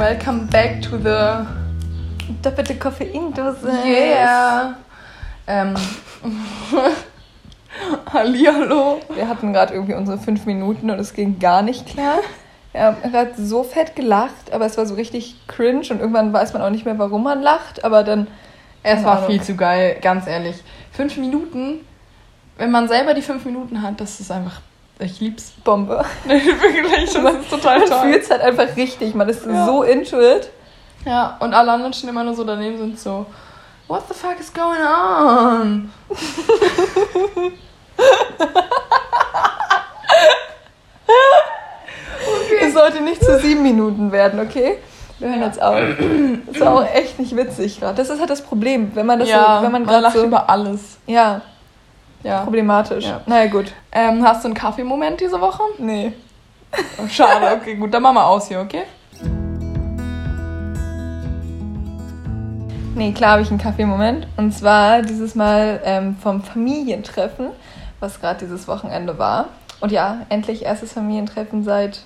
Welcome back to the doppelte Koffeindose. Yeah. Hallihallo. Wir hatten gerade irgendwie unsere 5 Minuten und es ging gar nicht klar. Wir haben gerade so fett gelacht, aber es war so richtig cringe und irgendwann weiß man auch nicht mehr, warum man lacht, aber dann... Es war viel zu geil, ganz ehrlich. 5 Minuten, wenn man selber die 5 Minuten hat, das ist einfach... Ich lieb's. Bombe. Wirklich, das ist total toll. Man fühlt es halt einfach richtig, man ist so into it. Ja, und alle anderen stehen immer nur so daneben, sind so, what the fuck is going on? Okay. Es sollte nicht zu 7 Minuten werden, okay? Wir hören jetzt auf. Das war auch echt nicht witzig gerade. Das ist halt das Problem, wenn man das so, wenn man lacht so über alles. Ja. Ja. Problematisch. Ja. Naja, gut. Hast du einen Kaffeemoment diese Woche? Nee. Oh, schade, okay, gut, dann machen wir aus hier, okay? Nee, klar habe ich einen Kaffeemoment. Und zwar dieses Mal vom Familientreffen, was gerade dieses Wochenende war. Und ja, endlich erstes Familientreffen seit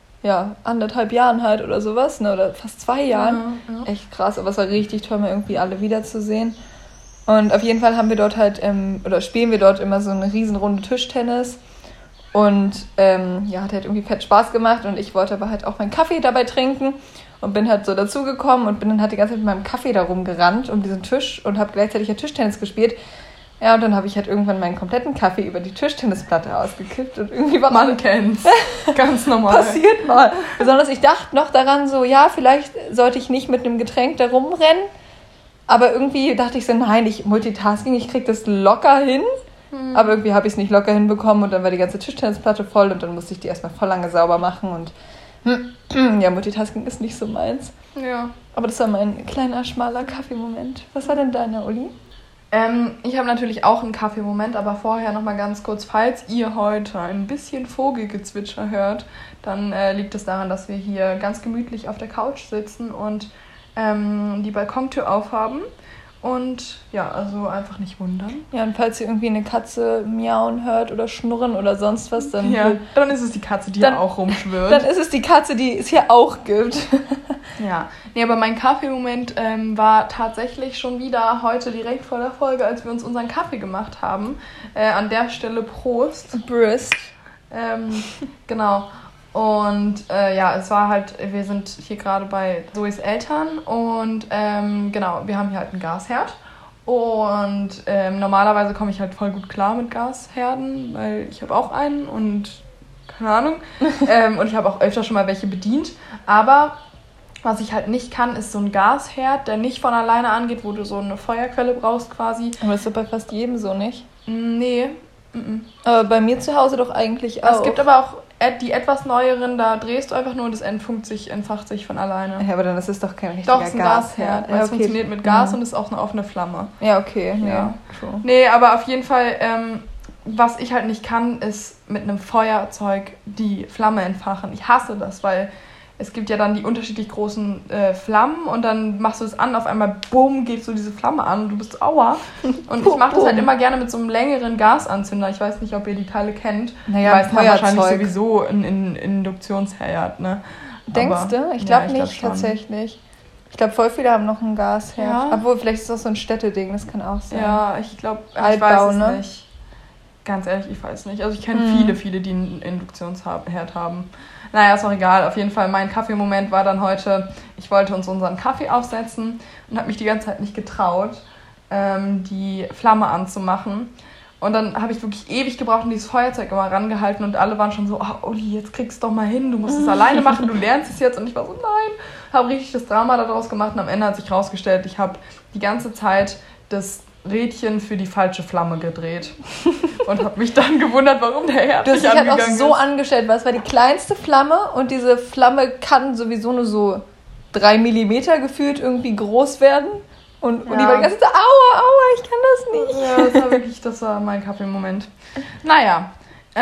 1,5 Jahren halt oder sowas, ne? Oder fast 2 Jahren. Ja. Echt krass, aber es war richtig toll, mal irgendwie alle wiederzusehen. Und auf jeden Fall haben wir dort halt, spielen wir dort immer so eine Riesenrunde Tischtennis. Und hat halt irgendwie fett Spaß gemacht. Und ich wollte aber halt auch meinen Kaffee dabei trinken. Und bin halt so dazugekommen und bin dann halt die ganze Zeit mit meinem Kaffee da rumgerannt um diesen Tisch und habe gleichzeitig ja Tischtennis gespielt. Ja, und dann habe ich halt irgendwann meinen kompletten Kaffee über die Tischtennisplatte ausgekippt und irgendwie war... Man kennt's. Ganz normal. Passiert mal. Besonders ich dachte noch daran so, ja, vielleicht sollte ich nicht mit einem Getränk da rumrennen. Aber irgendwie dachte ich so, nein, Multitasking, ich krieg das locker hin. Aber irgendwie habe ich es nicht locker hinbekommen und dann war die ganze Tischtennisplatte voll und dann musste ich die erstmal voll lange sauber machen und ja, Multitasking ist nicht so meins. Ja. Aber das war mein kleiner, schmaler Kaffeemoment. Was war denn deiner, Uli? Ich habe natürlich auch einen Kaffeemoment, aber vorher nochmal ganz kurz, falls ihr heute ein bisschen Vogelgezwitscher hört, dann liegt es daran, dass wir hier ganz gemütlich auf der Couch sitzen und die Balkontür aufhaben. Und ja, also einfach nicht wundern. Ja, und falls ihr irgendwie eine Katze miauen hört oder schnurren oder sonst was, dann... Ja, dann ist es die Katze, die hier auch rumschwirrt. Dann ist es die Katze, die es hier auch gibt. Ja, nee, aber mein Kaffeemoment war tatsächlich schon wieder heute direkt vor der Folge, als wir uns unseren Kaffee gemacht haben. An der Stelle Prost. Brist. Genau. Und es war halt, wir sind hier gerade bei Zoes Eltern und wir haben hier halt einen Gasherd und normalerweise komme ich halt voll gut klar mit Gasherden, weil ich habe auch einen und keine Ahnung und ich habe auch öfter schon mal welche bedient, aber was ich halt nicht kann, ist so ein Gasherd, der nicht von alleine angeht, wo du so eine Feuerquelle brauchst quasi. Aber das ist doch bei fast jedem so, nicht? Nee. Aber bei mir zu Hause doch eigentlich auch. Es gibt aber auch die etwas neueren, da drehst du einfach nur und das entfacht sich von alleine. Ja, aber dann ist es doch kein richtiger Gasherd. Doch, es ist ein Gasherd, weil es funktioniert mit Gas und ist auch eine offene Flamme. Ja, okay. Ja. Nee, aber auf jeden Fall, was ich halt nicht kann, ist mit einem Feuerzeug die Flamme entfachen. Ich hasse das, weil es gibt ja dann die unterschiedlich großen Flammen und dann machst du es an, auf einmal bumm, geht so diese Flamme an und du bist aua. Und ich mache das halt immer gerne mit so einem längeren Gasanzünder. Ich weiß nicht, ob ihr die Teile kennt. Naja, ich weiß, wahrscheinlich sowieso ein Induktionsherd, ne? Denkst du? Ich glaube nicht, tatsächlich. Ich glaube, voll viele haben noch einen Gasherd. Ja. Obwohl, vielleicht ist das so ein Städteding, das kann auch sein. Ja, ich glaube, ich weiß es nicht. Ganz ehrlich, ich weiß nicht. Also ich kenne viele, die einen Induktionsherd haben. Naja, ist auch egal. Auf jeden Fall, mein Kaffeemoment war dann heute, ich wollte uns unseren Kaffee aufsetzen und habe mich die ganze Zeit nicht getraut, die Flamme anzumachen. Und dann habe ich wirklich ewig gebraucht und dieses Feuerzeug immer rangehalten und alle waren schon so, Uli, jetzt kriegst du doch mal hin, du musst es alleine machen, du lernst es jetzt. Und ich war so, nein, habe richtig das Drama daraus gemacht und am Ende hat sich rausgestellt, ich habe die ganze Zeit das Rädchen für die falsche Flamme gedreht und habe mich dann gewundert, warum der Herd nicht angegangen ist. Du hast dich halt auch so angestellt, weil es war die kleinste Flamme und diese Flamme kann sowieso nur so 3 Millimeter gefühlt irgendwie groß werden und die war die ganze Zeit, aua, ich kann das nicht. Ja, das war mein Kaffeemoment. Naja,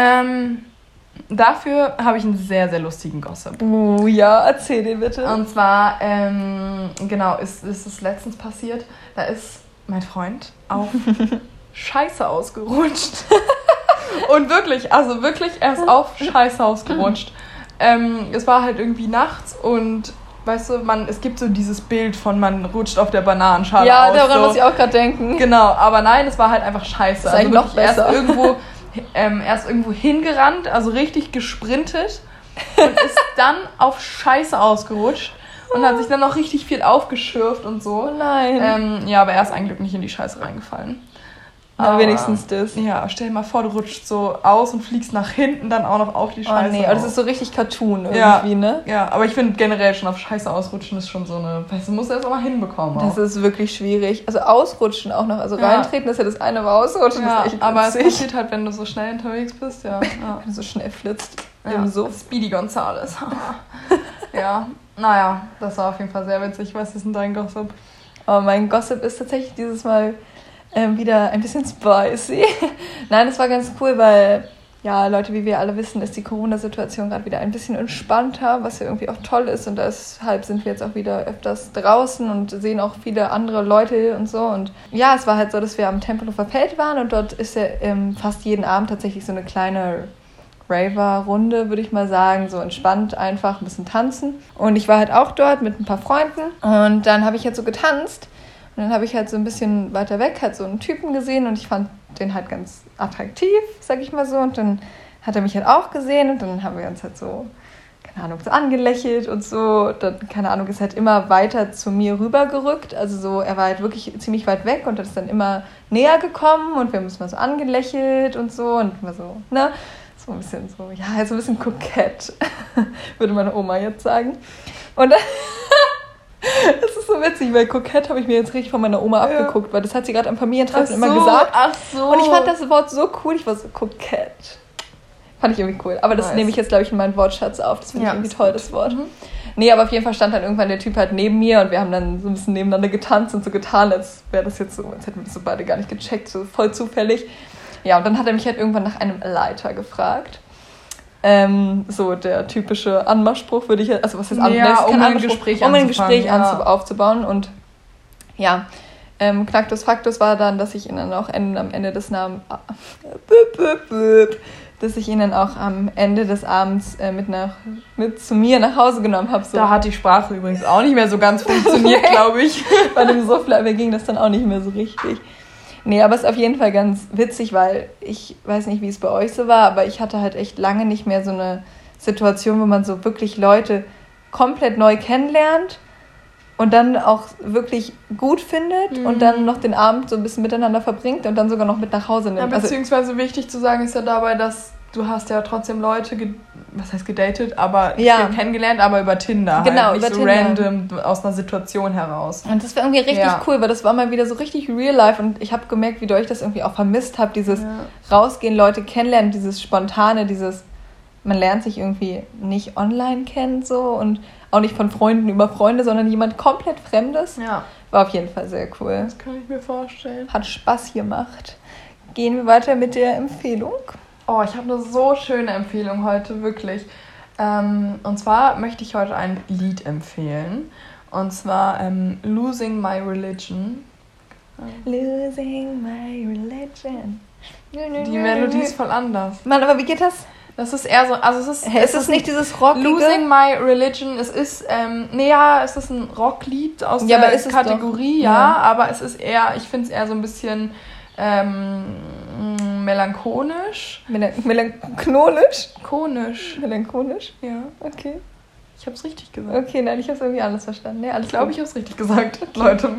dafür habe ich einen sehr, sehr lustigen Gossip. Oh ja, erzähl den bitte. Und zwar, ist es letztens passiert, da ist mein Freund auf Scheiße ausgerutscht. Und wirklich, er ist auf Scheiße ausgerutscht. Es war halt irgendwie nachts und weißt du, es gibt so dieses Bild von, man rutscht auf der Bananenschale aus. Ja, daran muss ich auch gerade denken. Genau, aber nein, es war halt einfach scheiße. Das ist eigentlich noch besser. Erst irgendwo hingerannt, also richtig gesprintet und ist dann auf Scheiße ausgerutscht und hat sich dann noch richtig viel aufgeschürft und so. Oh nein. Ja, aber er ist eigentlich nicht in die Scheiße reingefallen. Aber wenigstens das. Ja, stell dir mal vor, du rutschst so aus und fliegst nach hinten dann auch noch auf die Scheiße. Oh nee, aber das ist so richtig Cartoon irgendwie, ne? Ja, aber ich finde generell schon auf Scheiße ausrutschen ist schon so eine... Weißt du, musst du das auch mal hinbekommen. Das ist wirklich schwierig. Also ausrutschen auch noch. Also reintreten ist ja das eine, aber ausrutschen ist echt aber es passiert halt, wenn du so schnell unterwegs bist, ja. Wenn du so schnell flitzt. Ja, so. Speedy Gonzales. Ja, naja, das war auf jeden Fall sehr witzig. Was ist denn dein Gossip? Oh, mein Gossip ist tatsächlich dieses Mal wieder ein bisschen spicy. Nein, das war ganz cool, weil, ja, Leute, wie wir alle wissen, ist die Corona-Situation gerade wieder ein bisschen entspannter, was ja irgendwie auch toll ist. Und deshalb sind wir jetzt auch wieder öfters draußen und sehen auch viele andere Leute und so. Und ja, es war halt so, dass wir am Tempelhofer Feld waren und dort ist ja fast jeden Abend tatsächlich so eine kleine Raver-Runde, würde ich mal sagen, so entspannt einfach ein bisschen tanzen. Und ich war halt auch dort mit ein paar Freunden und dann habe ich halt so getanzt. Und dann habe ich halt so ein bisschen weiter weg halt so einen Typen gesehen und ich fand den halt ganz attraktiv, sag ich mal so. Und dann hat er mich halt auch gesehen und dann haben wir uns halt so, keine Ahnung, so angelächelt und so. Dann, keine Ahnung, ist halt immer weiter zu mir rübergerückt. Also so, er war halt wirklich ziemlich weit weg und ist dann immer näher gekommen und wir haben uns mal so angelächelt und so und immer so, ne? So ein bisschen so, ja, so ein bisschen kokett, würde meine Oma jetzt sagen. Und dann... Das ist so witzig, weil kokett habe ich mir jetzt richtig von meiner Oma abgeguckt, weil das hat sie gerade am Familientreffen immer gesagt. Ach so. Und ich fand das Wort so cool, ich war so kokett. Fand ich irgendwie cool. Aber das nehme ich jetzt, glaube ich, in meinen Wortschatz auf. Das finde ich irgendwie toll, das Wort. Nee, aber auf jeden Fall stand dann irgendwann der Typ halt neben mir und wir haben dann so ein bisschen nebeneinander getanzt und so getan, als wäre das jetzt so, als hätten wir das so beide gar nicht gecheckt, so voll zufällig. Ja, und dann hat er mich halt irgendwann nach einem Leiter gefragt. So der typische Anmachspruch würde ich, also was heißt Anmachspruch? Um ein Gespräch aufzubauen und ja, Knacktus Faktus war dann, dass ich ihn dann auch am Ende des Abends mit zu mir nach Hause genommen habe. So. Da hat die Sprache übrigens auch nicht mehr so ganz funktioniert, glaube ich. Bei dem Suffler ging das dann auch nicht mehr so richtig. Nee, aber es ist auf jeden Fall ganz witzig, weil ich weiß nicht, wie es bei euch so war, aber ich hatte halt echt lange nicht mehr so eine Situation, wo man so wirklich Leute komplett neu kennenlernt und dann auch wirklich gut findet und dann noch den Abend so ein bisschen miteinander verbringt und dann sogar noch mit nach Hause nimmt. Ja, beziehungsweise wichtig zu sagen ist ja dabei, dass du hast ja trotzdem Leute, was heißt gedatet, aber kennengelernt, aber über Tinder. Genau, halt, nicht über so Tinder. Random aus einer Situation heraus. Und das war irgendwie richtig cool, weil das war mal wieder so richtig real life und ich habe gemerkt, wie doll ich das irgendwie auch vermisst habe, dieses Rausgehen, Leute kennenlernen, dieses Spontane, dieses, man lernt sich irgendwie nicht online kennen so und auch nicht von Freunden über Freunde, sondern jemand komplett Fremdes. Ja. War auf jeden Fall sehr cool. Das kann ich mir vorstellen. Hat Spaß gemacht. Gehen wir weiter mit der Empfehlung. Oh, ich habe eine so schöne Empfehlung heute, wirklich. Und zwar möchte ich heute ein Lied empfehlen. Und zwar Losing My Religion. Losing My Religion. Die Melodie ist voll anders. Mann, aber wie geht das? Das ist eher so, also es ist nicht dieses Rockige? Losing My Religion, es ist, es ist ein Rocklied aus der Kategorie, aber es ist eher, ich finde es eher so ein bisschen melancholisch. Melancholisch? Konisch. Melancholisch? Ja. Okay. Ich hab's richtig gesagt. Okay, nein, ich hab's irgendwie anders verstanden. Nee, ich glaube, ich hab's richtig gesagt, Leute.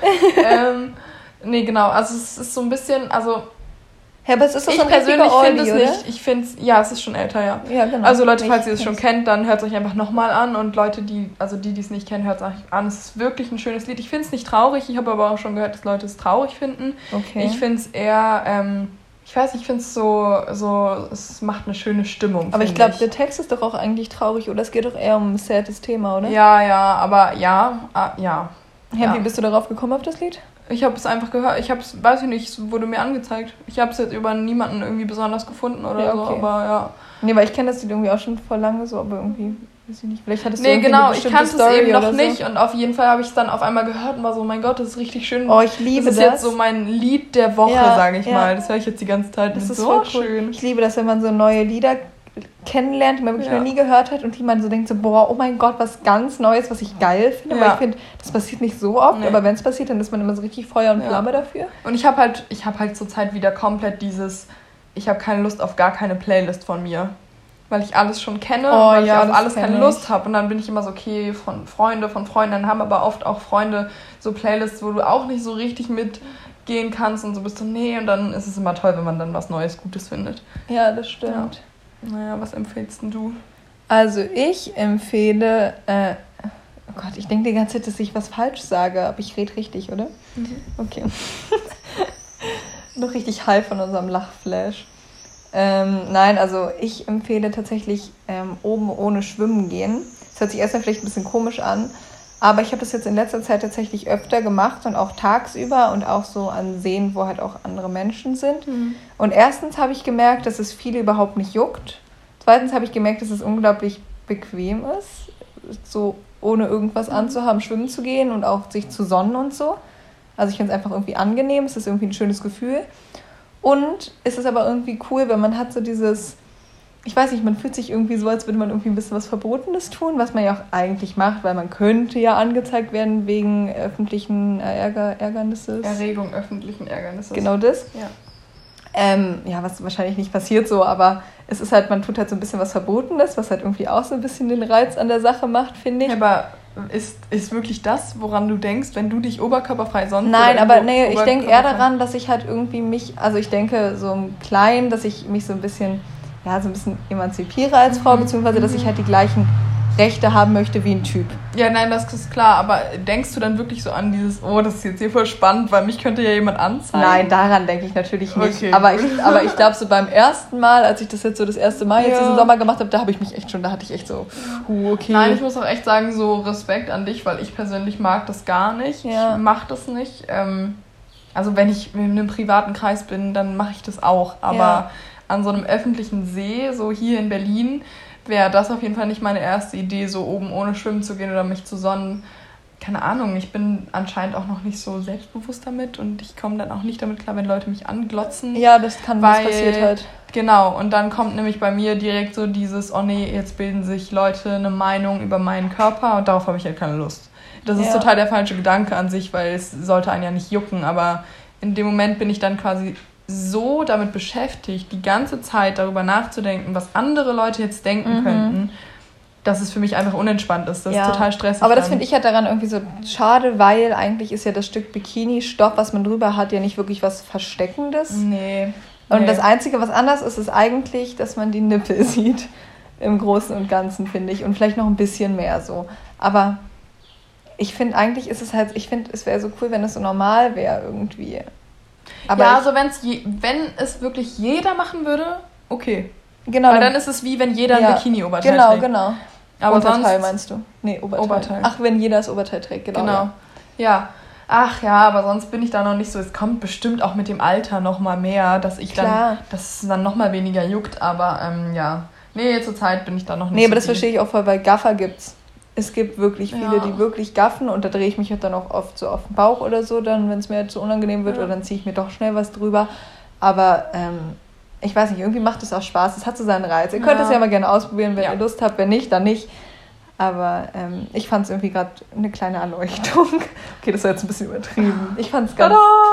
Nee, genau, also es ist so ein bisschen, also... Ja, aber es ist doch so ein persönlich finde es oder? nicht. Ich finde es, ja, es ist schon älter, ja. Ja, genau. Also Leute, falls ihr es schon kennt, dann hört es euch einfach nochmal an. Und Leute, die es nicht kennen, hört es euch an. Es ist wirklich ein schönes Lied. Ich finde es nicht traurig. Ich habe aber auch schon gehört, dass Leute es traurig finden. Okay. Ich finde es eher, ich weiß nicht, ich finde es so, es macht eine schöne Stimmung. Aber ich glaube, der Text ist doch auch eigentlich traurig, oder? Es geht doch eher um ein saddes Thema, oder? Ja, aber ja. Wie bist du darauf gekommen, auf das Lied? Ich habe es einfach gehört. Weiß ich nicht, es wurde mir angezeigt. Ich habe es jetzt über niemanden irgendwie besonders gefunden oder so, aber ja. Nee, weil ich kenne das Lied irgendwie auch schon vor lange so, aber irgendwie, weiß ich nicht, vielleicht hattest du genau, ich kannte es eben noch nicht und auf jeden Fall habe ich es dann auf einmal gehört und war so, mein Gott, das ist richtig schön. Oh, ich liebe das. Das ist jetzt so mein Lied der Woche, sage ich mal. Das höre ich jetzt die ganze Zeit. Das ist so schön. Ich liebe das, wenn man so neue Lieder kennenlernt, die man wirklich noch nie gehört hat und die man so denkt, so, boah, oh mein Gott, was ganz Neues, was ich geil finde. Weil ich finde, das passiert nicht so oft, aber wenn es passiert, dann ist man immer so richtig Feuer und Flamme dafür. Und ich habe halt zur Zeit wieder komplett ich habe keine Lust auf gar keine Playlist von mir. Weil ich alles schon kenne, weil ich auf alles keine Lust habe. Und dann bin ich immer so, okay, von Freundinnen haben aber oft auch Freunde so Playlists, wo du auch nicht so richtig mitgehen kannst und so bist du, nee. Und dann ist es immer toll, wenn man dann was Neues, Gutes findet. Ja, das stimmt. Ja. Naja, was empfiehlst denn du? Also ich empfehle, oh Gott, ich denke die ganze Zeit, dass ich was falsch sage, aber ich rede richtig, oder? Mhm. Okay. Noch richtig high von unserem Lachflash. Nein, also ich empfehle tatsächlich oben ohne Schwimmen gehen. Das hört sich erstmal vielleicht ein bisschen komisch an, aber ich habe das jetzt in letzter Zeit tatsächlich öfter gemacht und auch tagsüber und auch so an Seen, wo halt auch andere Menschen sind. Mhm. Und erstens habe ich gemerkt, dass es viele überhaupt nicht juckt. Zweitens habe ich gemerkt, dass es unglaublich bequem ist, so ohne irgendwas anzuhaben, schwimmen zu gehen und auch sich zu sonnen und so. Also ich finde es einfach irgendwie angenehm, es ist irgendwie ein schönes Gefühl. Und es ist aber irgendwie cool, wenn man hat so dieses, ich weiß nicht, man fühlt sich irgendwie so, als würde man irgendwie ein bisschen was Verbotenes tun, was man ja auch eigentlich macht, weil man könnte ja angezeigt werden wegen öffentlichen Ärgernisses. Erregung öffentlichen Ärgernisses. Genau das. Ja. Was wahrscheinlich nicht passiert so, aber es ist halt, man tut halt so ein bisschen was Verbotenes, was halt irgendwie auch so ein bisschen den Reiz an der Sache macht, finde ich. Ja, aber ist wirklich das, woran du denkst, wenn du dich oberkörperfrei sonnst? Nein, aber nee, ich denke eher daran, dass ich halt irgendwie ich denke so im Kleinen, dass ich mich so ein bisschen emanzipiere als Frau, beziehungsweise dass ich halt die gleichen Rechte haben möchte wie ein Typ. Ja, nein, das ist klar, aber denkst du dann wirklich so an dieses, oh, das ist jetzt hier voll spannend, weil mich könnte ja jemand anzeigen? Nein, daran denke ich natürlich nicht. Okay. Aber ich glaube, so beim ersten Mal, als ich das jetzt so das erste Mal jetzt diesen Sommer gemacht habe, da hatte ich echt so, okay. Nein, ich muss auch echt sagen, so Respekt an dich, weil ich persönlich mag das gar nicht. Ja. Ich mache das nicht. Also wenn ich in einem privaten Kreis bin, dann mache ich das auch. Aber an so einem öffentlichen See, so hier in Berlin, wäre das auf jeden Fall nicht meine erste Idee, so oben ohne schwimmen zu gehen oder mich zu sonnen. Keine Ahnung, ich bin anscheinend auch noch nicht so selbstbewusst damit und ich komme dann auch nicht damit klar, wenn Leute mich anglotzen. Ja, das passiert halt. Genau, und dann kommt nämlich bei mir direkt so dieses, oh nee, jetzt bilden sich Leute eine Meinung über meinen Körper und darauf habe ich halt keine Lust. Das ist total der falsche Gedanke an sich, weil es sollte einen ja nicht jucken, aber in dem Moment bin ich dann quasi so damit beschäftigt, die ganze Zeit darüber nachzudenken, was andere Leute jetzt denken könnten, dass es für mich einfach unentspannt ist. Das ist total stressig. Aber das finde ich halt daran irgendwie so schade, weil eigentlich ist ja das Stück Bikini-Stoff, was man drüber hat, ja nicht wirklich was Versteckendes. Nee. Und das Einzige, was anders ist, ist eigentlich, dass man die Nippel sieht. Im Großen und Ganzen, finde ich. Und vielleicht noch ein bisschen mehr so. Aber ich finde, eigentlich ist es halt, es wäre so cool, wenn es so normal wäre irgendwie. Aber ja, also wenn es wirklich jeder machen würde, okay. Genau. Weil dann ist es wie wenn jeder ein Bikini-Oberteil trägt. Genau. Aber Unterteil sonst, meinst du? Nee, Oberteil. Ach, wenn jeder das Oberteil trägt, genau. Ja. Ach ja, aber sonst bin ich da noch nicht so. Es kommt bestimmt auch mit dem Alter noch mal mehr, dass es dann noch mal weniger juckt. Aber nee, zur Zeit bin ich da noch nicht so. Nee, aber das verstehe ich auch voll, weil Gaffer gibt's. Es gibt wirklich viele, die wirklich gaffen und da drehe ich mich halt dann auch oft so auf den Bauch oder so, dann, wenn es mir halt so unangenehm wird oder dann ziehe ich mir doch schnell was drüber. Aber ich weiß nicht, irgendwie macht es auch Spaß. Es hat so seinen Reiz. Ihr könnt es ja mal gerne ausprobieren, wenn ihr Lust habt. Wenn nicht, dann nicht. Aber ich fand es irgendwie gerade eine kleine Erleuchtung. Okay, das war jetzt ein bisschen übertrieben. Ich fand es ganz...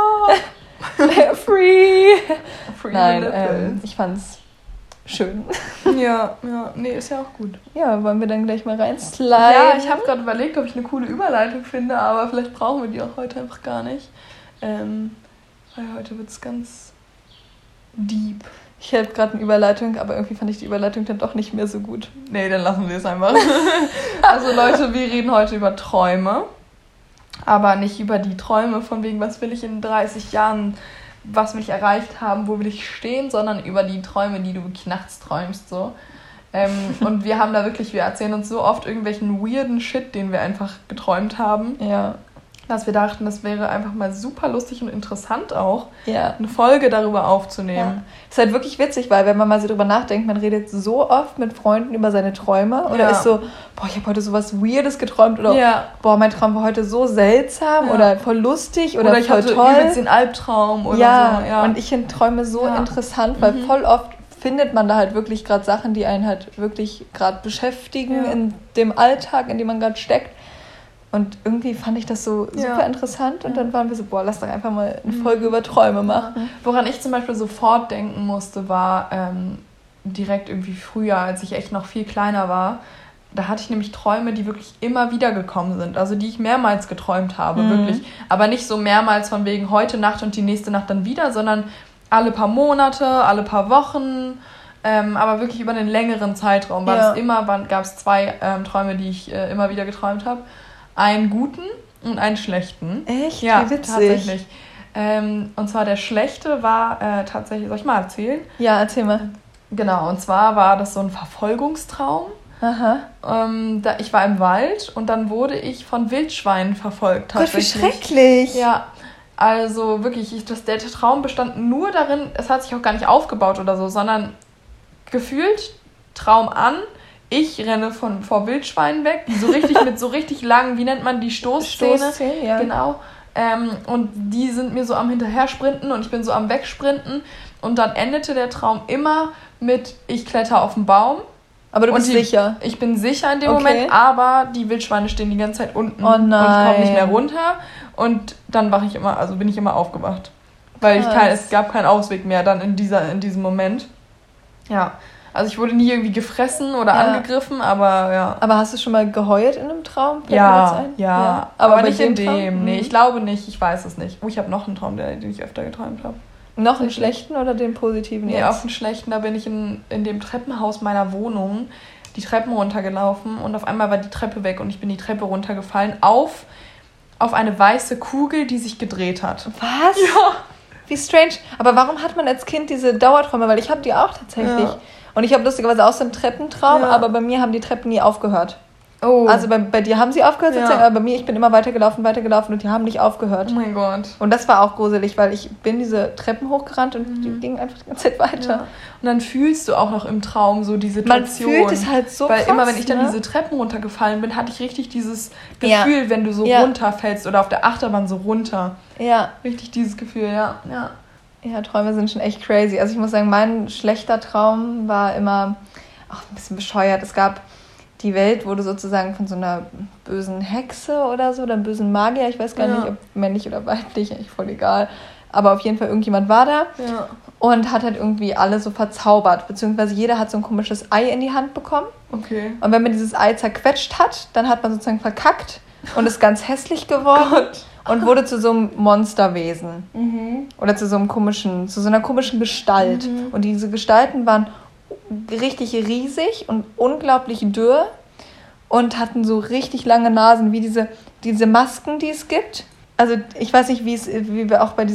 Free! Nein, ich fand es schön. Ja, nee, ist ja auch gut. Ja, wollen wir dann gleich mal reinsliden? Ja, ich habe gerade überlegt, ob ich eine coole Überleitung finde, aber vielleicht brauchen wir die auch heute einfach gar nicht. Weil heute wird es ganz deep. Ich hätte gerade eine Überleitung, aber irgendwie fand ich die Überleitung dann doch nicht mehr so gut. Nee, dann lassen wir es einfach. Also Leute, wir reden heute über Träume, aber nicht über die Träume von wegen, was will ich in 30 Jahren, was will ich erreicht haben, wo will ich stehen, sondern über die Träume, die du wirklich nachts träumst, so. Und wir erzählen uns so oft irgendwelchen weirden Shit, den wir einfach geträumt haben. Ja. Dass wir dachten, das wäre einfach mal super lustig und interessant auch, eine Folge darüber aufzunehmen. Ja. Ist halt wirklich witzig, weil wenn man mal so drüber nachdenkt, man redet so oft mit Freunden über seine Träume oder ist so, boah, ich habe heute sowas Weirdes geträumt oder boah, mein Traum war heute so seltsam oder voll lustig oder ich hatte übelst den Albtraum oder so. Ja, und ich finde Träume so interessant, weil voll oft findet man da halt wirklich gerade Sachen, die einen halt wirklich gerade beschäftigen in dem Alltag, in dem man gerade steckt. Und irgendwie fand ich das so super interessant. Und dann waren wir so, lass doch einfach mal eine Folge über Träume machen. Woran ich zum Beispiel sofort denken musste, war direkt irgendwie früher, als ich echt noch viel kleiner war. Da hatte ich nämlich Träume, die wirklich immer wieder gekommen sind. Also die ich mehrmals geträumt habe, wirklich. Aber nicht so mehrmals von wegen heute Nacht und die nächste Nacht dann wieder, sondern alle paar Monate, alle paar Wochen. Aber wirklich über einen längeren Zeitraum. Gab es 2 Träume, die ich immer wieder geträumt habe. Einen guten und einen schlechten. Echt? Ja, wie witzig. Tatsächlich. Und zwar der schlechte war tatsächlich, soll ich mal erzählen? Ja, erzähl mal. Genau, und zwar war das so ein Verfolgungstraum. Aha. Ich war im Wald und dann wurde ich von Wildschweinen verfolgt. Gott, wie schrecklich. Ja, also wirklich, der Traum bestand nur darin, es hat sich auch gar nicht aufgebaut oder so, sondern gefühlt Traum an, ich renne vor Wildschweinen weg, so richtig mit so richtig langen, wie nennt man die Stoßzähne? Stoßzähne, ja. Genau. Und die sind mir so am Hinterhersprinten und ich bin so am Wegsprinten und dann endete der Traum immer mit, ich kletter auf den Baum. Aber du bist sicher? Ich bin sicher in dem Moment, aber die Wildschweine stehen die ganze Zeit unten. Oh nein. Und ich komme nicht mehr runter und dann bin ich immer aufgewacht. Weil es gab keinen Ausweg mehr dann in diesem Moment. Ja, also ich wurde nie irgendwie gefressen oder angegriffen, aber ja. Aber hast du schon mal geheult in einem Traum? Ja. Aber nicht in dem. Nee, ich glaube nicht, ich weiß es nicht. Ich habe noch einen Traum, den ich öfter geträumt habe. Noch einen schlechten oder den positiven jetzt? Nee, auf den schlechten. Da bin ich in dem Treppenhaus meiner Wohnung die Treppen runtergelaufen und auf einmal war die Treppe weg und ich bin die Treppe runtergefallen auf eine weiße Kugel, die sich gedreht hat. Was? Ja. Wie strange. Aber warum hat man als Kind diese Dauerträume? Weil ich habe die auch tatsächlich. Ja. Und ich habe lustigerweise auch so einen Treppentraum, aber bei mir haben die Treppen nie aufgehört. Oh. Also bei dir haben sie aufgehört, sozusagen, aber bei mir, ich bin immer weitergelaufen und die haben nicht aufgehört. Oh mein Gott. Und das war auch gruselig, weil ich bin diese Treppen hochgerannt und die gingen einfach die ganze Zeit weiter. Ja. Und dann fühlst du auch noch im Traum so die Situation. Man fühlt es halt so weil krass, immer, wenn ich dann diese Treppen runtergefallen bin, hatte ich richtig dieses Gefühl, wenn du so runterfällst oder auf der Achterbahn so runter. Ja. Richtig dieses Gefühl, ja. Ja, Träume sind schon echt crazy. Also ich muss sagen, mein schlechter Traum war immer auch ein bisschen bescheuert. Es gab die Welt wurde sozusagen von so einer bösen Hexe oder so, oder einem bösen Magier, ich weiß gar nicht, ob männlich oder weiblich, eigentlich voll egal. Aber auf jeden Fall irgendjemand war da und hat halt irgendwie alle so verzaubert, beziehungsweise jeder hat so ein komisches Ei in die Hand bekommen. Okay. Und wenn man dieses Ei zerquetscht hat, dann hat man sozusagen verkackt und ist ganz hässlich geworden und wurde zu so einem Monsterwesen. Mhm. Oder zu so einer komischen Gestalt. Mhm. Und diese Gestalten waren richtig riesig und unglaublich dürr und hatten so richtig lange Nasen, wie diese Masken, die es gibt. Also ich weiß nicht, wie wir auch bei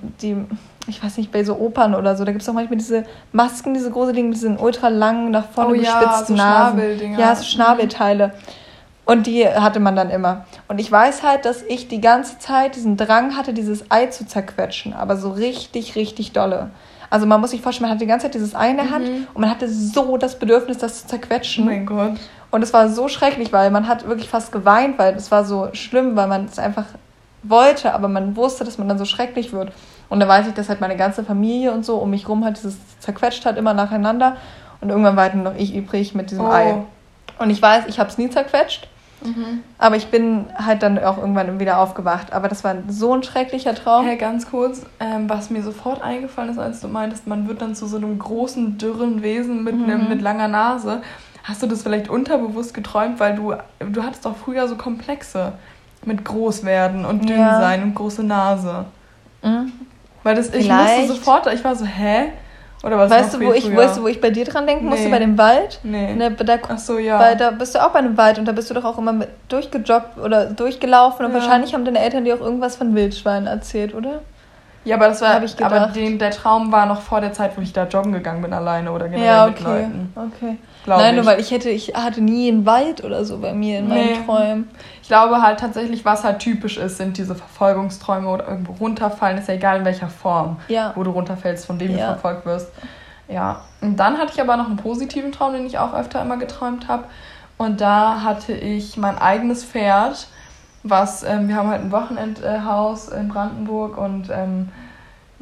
bei so Opern oder so, da gibt es auch manchmal diese Masken, diese gruseligen, mit diesen ultra langen, nach vorne gespitzten Nasen. Schnabeldinger. Ja, so Schnabelteile. Und die hatte man dann immer. Und ich weiß halt, dass ich die ganze Zeit diesen Drang hatte, dieses Ei zu zerquetschen, aber so richtig, richtig dolle. Also man muss sich vorstellen, man hatte die ganze Zeit dieses Ei in der Hand und man hatte so das Bedürfnis, das zu zerquetschen. Oh mein Gott. Und es war so schrecklich, weil man hat wirklich fast geweint, weil es war so schlimm, weil man es einfach wollte, aber man wusste, dass man dann so schrecklich wird. Und da weiß ich, dass halt meine ganze Familie und so um mich rum halt dieses zerquetscht hat, immer nacheinander. Und irgendwann war halt noch ich übrig mit diesem Ei. Und ich weiß, ich habe es nie zerquetscht. Aber ich bin halt dann auch irgendwann wieder aufgewacht. Aber das war so ein schrecklicher Traum. Hey, ganz kurz, was mir sofort eingefallen ist, als du meintest, man wird dann zu so einem großen, dürren Wesen mit langer Nase. Hast du das vielleicht unterbewusst geträumt, weil du hattest doch früher so Komplexe mit Großwerden und Dünnsein und große Nase. Mhm. Weil ich musste sofort, ich war so, hä? Oder was? Weißt du, wo ich bei dir dran denken musste? Bei dem Wald? Nee. Ach so, ja. Weil da bist du auch bei einem Wald und da bist du doch auch immer durchgejoggt oder durchgelaufen und wahrscheinlich haben deine Eltern dir auch irgendwas von Wildschweinen erzählt, oder? Ja, aber der Traum war noch vor der Zeit, wo ich da joggen gegangen bin alleine oder generell mit Leuten. Okay. Nein, nur weil ich hatte nie einen Wald oder so bei mir in meinen Träumen. Ich glaube halt tatsächlich, was halt typisch ist, sind diese Verfolgungsträume oder irgendwo runterfallen. Ist ja egal in welcher Form, wo du runterfällst, von wem du verfolgt wirst. Ja. Und dann hatte ich aber noch einen positiven Traum, den ich auch öfter immer geträumt habe. Und da hatte ich mein eigenes Pferd, wir haben halt ein Wochenendhaus in Brandenburg und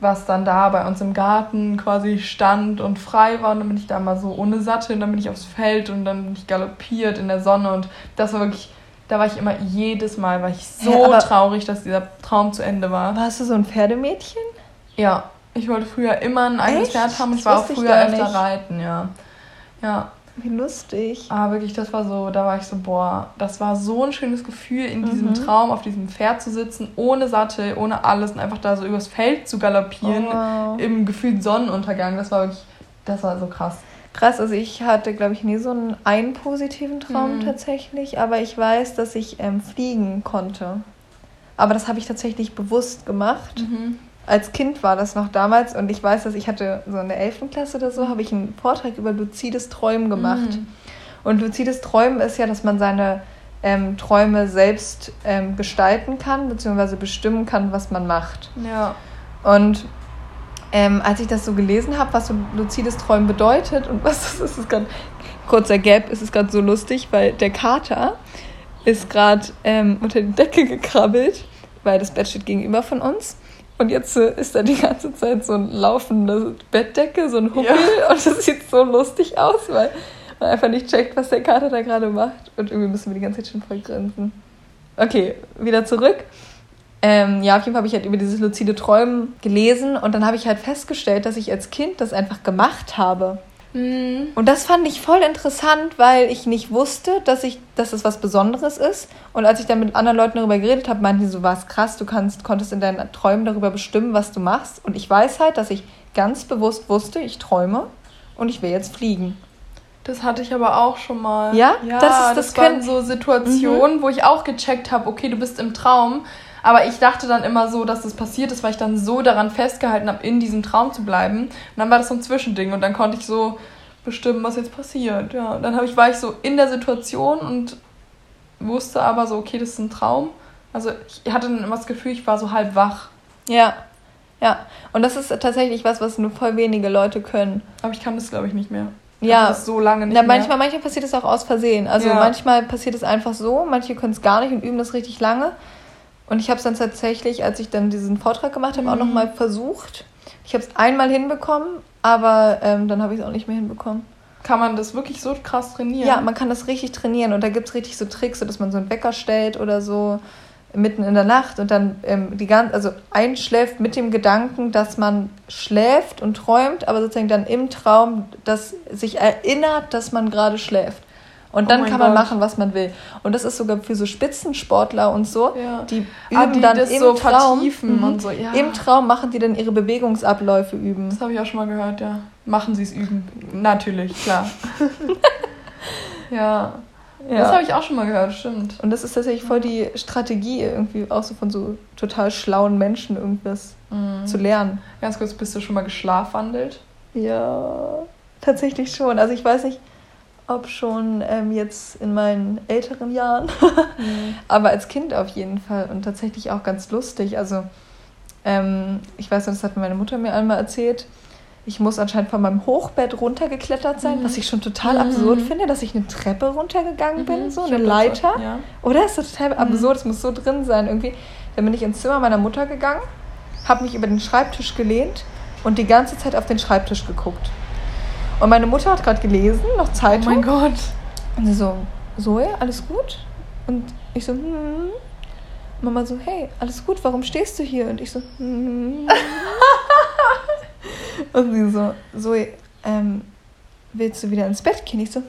was dann da bei uns im Garten quasi stand und frei war. Und dann bin ich da mal so ohne Sattel und dann bin ich aufs Feld und dann bin ich galoppiert in der Sonne. Und das war wirklich, da war ich immer jedes Mal, war ich so traurig, dass dieser Traum zu Ende war. Warst du so ein Pferdemädchen? Ja, ich wollte früher immer ein eigenes Pferd haben und ich war auch früher öfter reiten, ja. Ja. Wie lustig. Aber wirklich, das war so, da war ich so, boah, das war so ein schönes Gefühl, in diesem Traum auf diesem Pferd zu sitzen, ohne Sattel, ohne alles und einfach da so übers Feld zu galoppieren, im gefühlten Sonnenuntergang. Das war wirklich, das war so krass. Krass, also ich hatte, glaube ich, nie so einen positiven Traum tatsächlich, aber ich weiß, dass ich fliegen konnte. Aber das habe ich tatsächlich bewusst gemacht. Als Kind war das noch damals und ich weiß, dass ich hatte so in der 11. Klasse oder so, habe ich einen Vortrag über luzides Träumen gemacht. Und luzides Träumen ist ja, dass man seine Träume selbst gestalten kann, beziehungsweise bestimmen kann, was man macht. Ja. Und als ich das so gelesen habe, was so luzides Träumen bedeutet und was das ist gerade, kurzer Gap, ist es gerade so lustig, weil der Kater ist gerade unter die Decke gekrabbelt, weil das Bett steht gegenüber von uns. Und jetzt ist da die ganze Zeit so eine laufende Bettdecke, so ein Hubbel. Ja. Und das sieht so lustig aus, weil man einfach nicht checkt, was der Kater da gerade macht. Und irgendwie müssen wir die ganze Zeit schon voll grinsen. Okay, wieder zurück. Ja, auf jeden Fall habe ich halt über dieses luzide Träumen gelesen. Und dann habe ich halt festgestellt, dass ich als Kind das einfach gemacht habe. Und das fand ich voll interessant, weil ich nicht wusste, dass es was Besonderes ist. Und als ich dann mit anderen Leuten darüber geredet habe, meinten die so, was krass, du konntest in deinen Träumen darüber bestimmen, was du machst. Und ich weiß halt, dass ich ganz bewusst wusste, ich träume und ich will jetzt fliegen. Das hatte ich aber auch schon mal. Ja? Das waren so Situationen, wo ich auch gecheckt habe, okay, du bist im Traum. Aber ich dachte dann immer so, dass das passiert ist, weil ich dann so daran festgehalten habe, in diesem Traum zu bleiben. Und dann war das so ein Zwischending und dann konnte ich so bestimmen, was jetzt passiert. Ja, dann war ich so in der Situation und wusste aber so, okay, das ist ein Traum. Also ich hatte dann immer das Gefühl, ich war so halb wach. Ja. Und das ist tatsächlich was nur voll wenige Leute können. Aber ich kann das, glaube ich, nicht mehr. Ja. Das so lange nicht mehr. Manchmal passiert es auch aus Versehen. Also manchmal passiert es einfach so, manche können es gar nicht und üben das richtig lange. Und ich habe es dann tatsächlich, als ich dann diesen Vortrag gemacht habe, auch nochmal versucht. Ich habe es einmal hinbekommen, aber dann habe ich es auch nicht mehr hinbekommen. Kann man das wirklich so krass trainieren? Ja, man kann das richtig trainieren. Und da gibt es richtig so Tricks, so dass man so einen Wecker stellt oder so mitten in der Nacht und dann einschläft mit dem Gedanken, dass man schläft und träumt, aber sozusagen dann im Traum, dass sich erinnert, dass man gerade schläft. Und dann kann man machen, was man will. Und das ist sogar für so Spitzensportler und so, die üben dann im so Traum. Vertiefen und so, ja. Im Traum machen die dann ihre Bewegungsabläufe üben. Das habe ich auch schon mal gehört, ja. Machen sie es üben. Natürlich, klar. Ja. Das habe ich auch schon mal gehört, stimmt. Und das ist tatsächlich voll die Strategie, irgendwie auch so von so total schlauen Menschen irgendwas zu lernen. Ganz kurz, bist du schon mal geschlafwandelt? Ja, tatsächlich schon. Also ich weiß nicht, ob schon jetzt in meinen älteren Jahren, aber als Kind auf jeden Fall und tatsächlich auch ganz lustig. Also ich weiß noch, das hat meine Mutter mir einmal erzählt, ich muss anscheinend von meinem Hochbett runtergeklettert sein, was ich schon total absurd finde, dass ich eine Treppe runtergegangen bin, so eine Leiter. Ja. Oder? Das ist total absurd, es muss so drin sein irgendwie. Dann bin ich ins Zimmer meiner Mutter gegangen, habe mich über den Schreibtisch gelehnt und die ganze Zeit auf den Schreibtisch geguckt. Und meine Mutter hat gerade gelesen, noch Zeitung. Oh mein Gott. Und sie so, Zoe, alles gut? Und ich so, Mama so, hey, alles gut, warum stehst du hier? Und ich so, Und sie so, Zoe, willst du wieder ins Bett gehen? Ich so,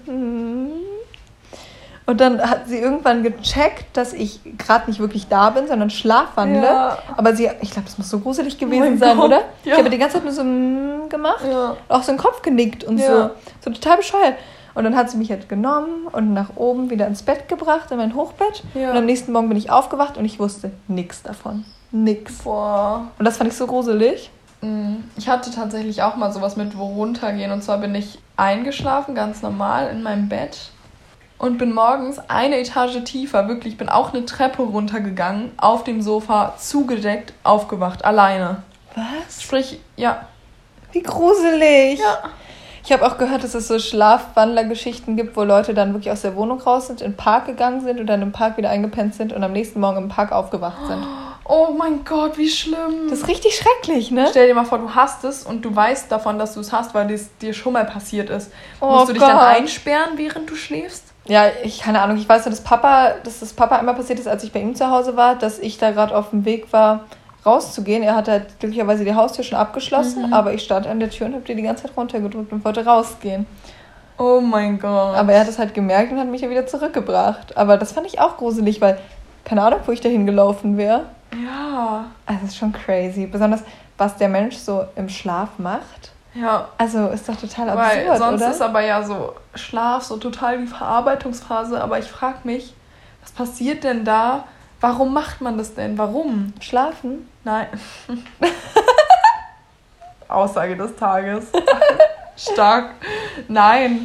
Und dann hat sie irgendwann gecheckt, dass ich gerade nicht wirklich da bin, sondern schlafwandle. Ja. Aber ich glaube, das muss so gruselig gewesen sein, Gott. Oder? Ja. Ich habe die ganze Zeit nur so gemacht, auch so den Kopf genickt und so total bescheuert. Und dann hat sie mich halt genommen und nach oben wieder ins Bett gebracht, in mein Hochbett. Ja. Und am nächsten Morgen bin ich aufgewacht und ich wusste nichts davon. Nix. Boah. Und das fand ich so gruselig. Ich hatte tatsächlich auch mal sowas mit wo runtergehen. Und zwar bin ich eingeschlafen, ganz normal, in meinem Bett. Und bin morgens eine Etage tiefer, wirklich, bin auch eine Treppe runtergegangen, auf dem Sofa, zugedeckt, aufgewacht, alleine. Was? Sprich, ja. Wie gruselig. Ja. Ich habe auch gehört, dass es so Schlafwandlergeschichten gibt, wo Leute dann wirklich aus der Wohnung raus sind, in den Park gegangen sind und dann im Park wieder eingepennt sind und am nächsten Morgen im Park aufgewacht sind. Oh mein Gott, wie schlimm. Das ist richtig schrecklich, ne? Stell dir mal vor, du hast es und du weißt davon, dass du es hast, weil es dir schon mal passiert ist. Oh Musst du dich Gott. dann einsperren, während du schläfst? Ja, keine Ahnung. Ich weiß nur, dass das Papa einmal passiert ist, als ich bei ihm zu Hause war, dass ich da gerade auf dem Weg war, rauszugehen. Er hat halt glücklicherweise die Haustür schon abgeschlossen, aber ich stand an der Tür und habe die ganze Zeit runtergedrückt und wollte rausgehen. Oh mein Gott. Aber er hat es halt gemerkt und hat mich ja wieder zurückgebracht. Aber das fand ich auch gruselig, weil keine Ahnung, wo ich dahin gelaufen wäre. Ja. Also das ist schon crazy. Besonders, was der Mensch so im Schlaf macht. Ja. Also ist doch total absurd, weil sonst oder? ist aber ja so Schlaf so total die Verarbeitungsphase. Aber ich frage mich, was passiert denn da? Warum macht man das denn? Warum? Schlafen? Nein. Aussage des Tages. Stark. Nein.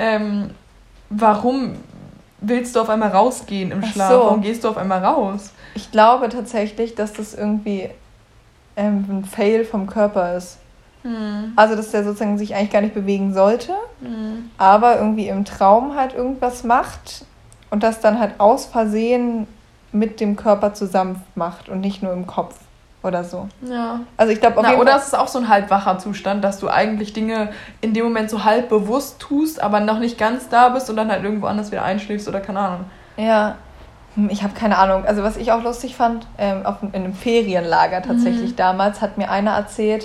Warum willst du auf einmal rausgehen im Schlaf? So. Warum gehst du auf einmal raus? Ich glaube tatsächlich, dass das irgendwie ein Fail vom Körper ist. Also, dass der sozusagen sich eigentlich gar nicht bewegen sollte, aber irgendwie im Traum halt irgendwas macht und das dann halt aus Versehen mit dem Körper zusammen macht und nicht nur im Kopf oder so. Ja. Also ich glaube auf jeden Oder Fall... es ist auch so ein halbwacher Zustand, dass du eigentlich Dinge in dem Moment so halb bewusst tust, aber noch nicht ganz da bist und dann halt irgendwo anders wieder einschläfst oder keine Ahnung. Ja, ich habe keine Ahnung. Also was ich auch lustig fand, in einem Ferienlager tatsächlich damals, hat mir einer erzählt,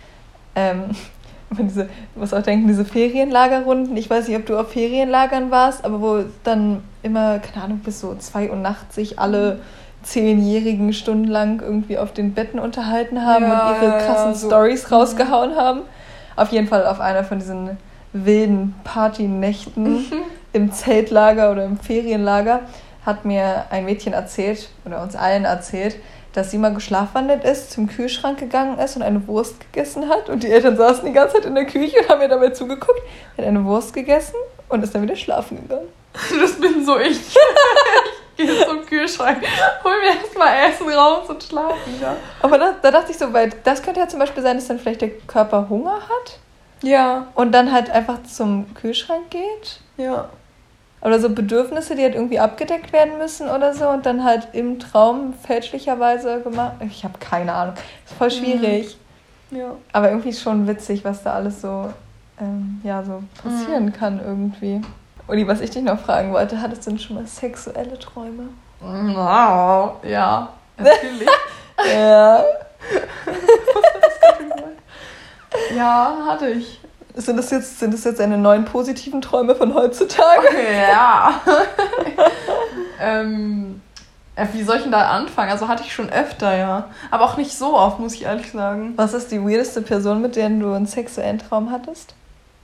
du musst auch denken, diese Ferienlagerrunden, ich weiß nicht, ob du auf Ferienlagern warst, aber wo dann immer, keine Ahnung, bis so 2 Uhr nachts sich alle 10-Jährigen stundenlang irgendwie auf den Betten unterhalten haben und ihre krassen Storys rausgehauen haben. Auf jeden Fall auf einer von diesen wilden Partynächten im Zeltlager oder im Ferienlager hat mir ein Mädchen erzählt, oder uns allen erzählt, dass sie mal geschlafwandelt ist, zum Kühlschrank gegangen ist und eine Wurst gegessen hat. Und die Eltern saßen die ganze Zeit in der Küche und haben ihr dabei zugeguckt, hat eine Wurst gegessen und ist dann wieder schlafen gegangen. Das bin so ich. Ich gehe zum Kühlschrank, hol mir erstmal Essen raus und schlafen. Ja. Aber da dachte ich so, weil das könnte ja zum Beispiel sein, dass dann vielleicht der Körper Hunger hat. Ja. Und dann halt einfach zum Kühlschrank geht. Ja. Oder so Bedürfnisse, die halt irgendwie abgedeckt werden müssen oder so und dann halt im Traum fälschlicherweise gemacht. Ich habe keine Ahnung. Ist voll schwierig. Ja. Aber irgendwie schon witzig, was da alles so, so passieren kann irgendwie. Uli, was ich dich noch fragen wollte, hattest du denn schon mal sexuelle Träume? Wow. Ja, natürlich. Ja. Ja, hatte ich. Sind das jetzt deine neuen positiven Träume von heutzutage? Ja. Wie soll ich denn da anfangen? Also hatte ich schon öfter, ja. Aber auch nicht so oft, muss ich ehrlich sagen. Was ist die weirdeste Person, mit der du einen sexuellen Traum hattest?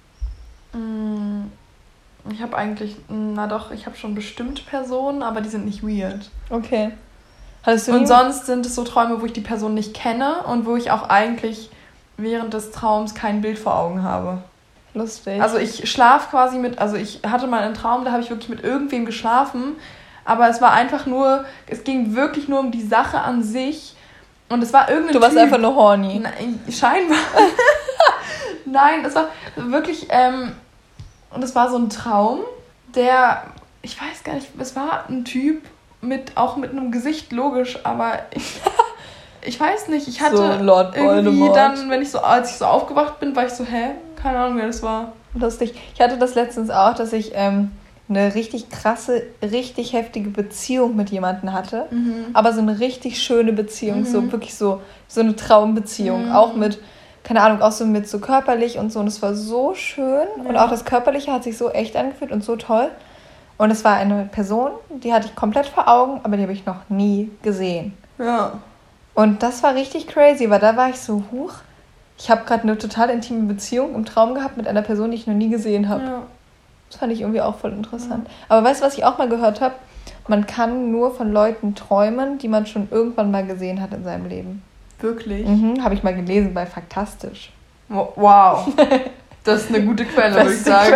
Ich habe eigentlich, ich habe schon bestimmt Personen, aber die sind nicht weird. Okay. Und sonst sind es so Träume, wo ich die Person nicht kenne und wo ich auch eigentlich während des Traums kein Bild vor Augen habe. Lustig. Also ich schlafe quasi ich hatte mal einen Traum, da habe ich wirklich mit irgendwem geschlafen, aber es war einfach nur, es ging wirklich nur um die Sache an sich und es war irgendein Du warst einfach nur horny. Nein, scheinbar. Nein, es war wirklich, und es war so ein Traum, der, ich weiß gar nicht, es war ein Typ auch mit einem Gesicht, logisch, aber ich weiß nicht, ich hatte so Lord irgendwie dann, als ich so aufgewacht bin, war ich so, keine Ahnung, wer das war. Lustig. Ich hatte das letztens auch, dass ich eine richtig krasse, richtig heftige Beziehung mit jemandem hatte, aber so eine richtig schöne Beziehung, so wirklich so eine Traumbeziehung, auch mit, keine Ahnung, auch so mit so körperlich und so, und es war so schön und auch das Körperliche hat sich so echt angefühlt und so toll. Und es war eine Person, die hatte ich komplett vor Augen, aber die habe ich noch nie gesehen. Ja. Und das war richtig crazy, weil da war ich so, ich habe gerade eine total intime Beziehung im Traum gehabt mit einer Person, die ich noch nie gesehen habe. Ja. Das fand ich irgendwie auch voll interessant. Aber weißt du, was ich auch mal gehört habe? Man kann nur von Leuten träumen, die man schon irgendwann mal gesehen hat in seinem Leben. Wirklich? Habe ich mal gelesen bei Faktastisch. Wow. Das ist eine gute Quelle, würde ich sagen.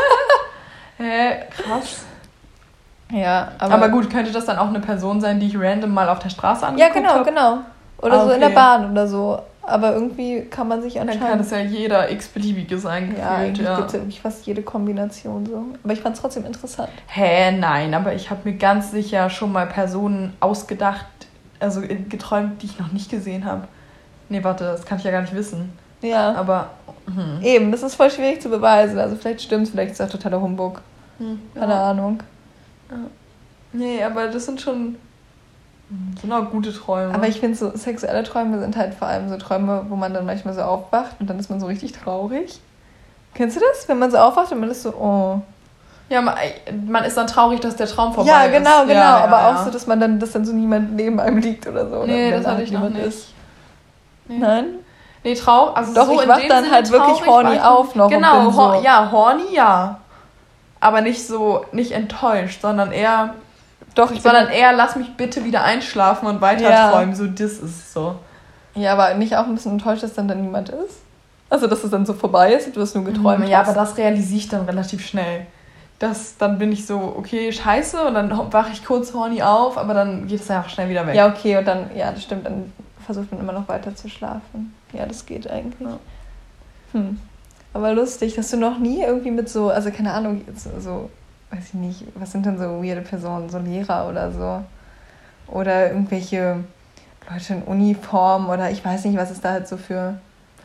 Krass. Ja, aber gut, könnte das dann auch eine Person sein, die ich random mal auf der Straße angeguckt habe? Ja, genau. Oder so in der Bahn oder so. Aber irgendwie kann man sich anscheinend... Dann kann es ja jeder x-beliebige sein, gefühlt. Ja, eigentlich gibt es ja wirklich fast jede Kombination so. Aber ich fand es trotzdem interessant. Nein, aber ich habe mir ganz sicher schon mal Personen ausgedacht, also geträumt, die ich noch nicht gesehen habe. Nee, warte, das kann ich ja gar nicht wissen. Ja. Aber, eben, das ist voll schwierig zu beweisen. Also vielleicht stimmt's, vielleicht ist das totaler Humbug. Keine Ahnung. Ja. Nee, aber das sind auch gute Träume. Aber ich finde, so sexuelle Träume sind halt vor allem so Träume, wo man dann manchmal so aufwacht und dann ist man so richtig traurig. Kennst du das? Wenn man so aufwacht und man ist so, oh. Ja, man ist dann traurig, dass der Traum vorbei ist. Ja, genau. Ja, aber auch so, dass man dann so niemand neben einem liegt oder so. Nee, oder das hatte ich noch nicht. Ist. Nee. Nein? Nee, traurig. Also doch, so ich wach dann halt wirklich horny auf noch. Genau, und bin so horny, ja. Aber nicht enttäuscht, sondern eher... eher, lass mich bitte wieder einschlafen und weiter träumen. So, das ist so. Ja, aber nicht auch ein bisschen enttäuscht, dass dann niemand ist? Also, dass es dann so vorbei ist und du hast nur geträumt. Ja, aber das realisiere ich dann relativ schnell. Dann bin ich so, okay, scheiße, und dann wache ich kurz horny auf, aber dann geht es ja auch schnell wieder weg. Ja, okay, und dann, ja, das stimmt, dann versucht man immer noch weiter zu schlafen. Ja, das geht eigentlich. Ja. Aber lustig, dass du noch nie irgendwie mit so, also keine Ahnung, so, weiß ich nicht, was sind denn so weirde Personen, so Lehrer oder so? Oder irgendwelche Leute in Uniform oder ich weiß nicht, was es da halt so für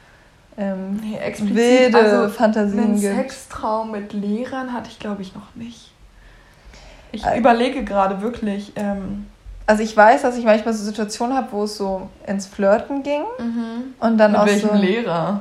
wilde Fantasien gibt. Einen Sextraum mit Lehrern hatte ich, glaube ich, noch nicht. Ich überlege gerade wirklich. Also ich weiß, dass ich manchmal so Situationen habe, wo es so ins Flirten ging. Und dann mit auch welchem so, Lehrer?